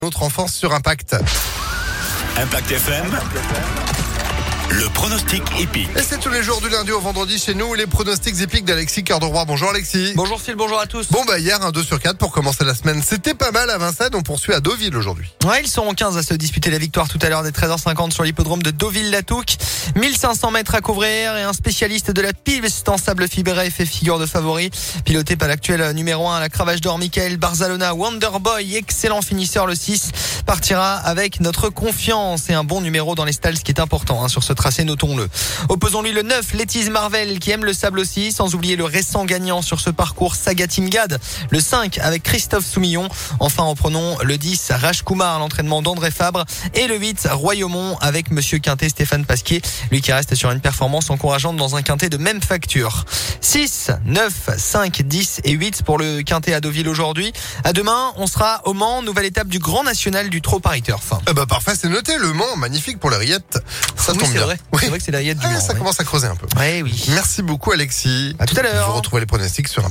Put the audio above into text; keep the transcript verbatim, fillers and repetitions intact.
Notre enfance sur Impact. Impact F M, le pronostic épique. Et c'est tous les jours du lundi au vendredi chez nous, les pronostics épiques d'Alexis Cœur de Roi. Bonjour Alexis. Bonjour Phil, bonjour à tous. Bon bah hier, un deux sur quatre pour commencer la semaine. C'était pas mal à Vincennes, on poursuit à Deauville aujourd'hui. Ouais, ils seront quinze à se disputer la victoire tout à l'heure des treize heures cinquante sur l'hippodrome de Deauville-la-Touque. mille cinq cents mètres à couvrir et un spécialiste de la piste en sable fibré fait figure de favori. Piloté par l'actuel numéro un à la cravache d'or, Michael Barzalona, Wonderboy, excellent finisseur le six, partira avec notre confiance et un bon numéro dans les stalls, ce qui est important hein, sur ce tracé, notons-le. Opposons-lui le neuf, Lettice Marvel, qui aime le sable aussi, sans oublier le récent gagnant sur ce parcours, Saga Timgad, le cinq avec Christophe Soumillon. Enfin, reprenons le dix, Rajkumar, l'entraînement d'André Fabre, et le huit, Royaumont avec Monsieur Quintet, Stéphane Pasquier, lui qui reste sur une performance encourageante dans un quintet de même facture. six, neuf, cinq, dix et huit pour le quintet à Deauville aujourd'hui. À demain, on sera au Mans, nouvelle étape du Grand National du Trot Paris Turf. Ah bah parfait, c'est noté, le Mans, magnifique pour les rillettes. Ça oui, tombe c'est bien. vrai. Oui. C'est vrai que c'est la rillette du Ah, Mans. ça ouais. commence à creuser un peu. Ouais, oui. Merci beaucoup Alexis. À tout à l'heure. Vous retrouvez les pronostics sur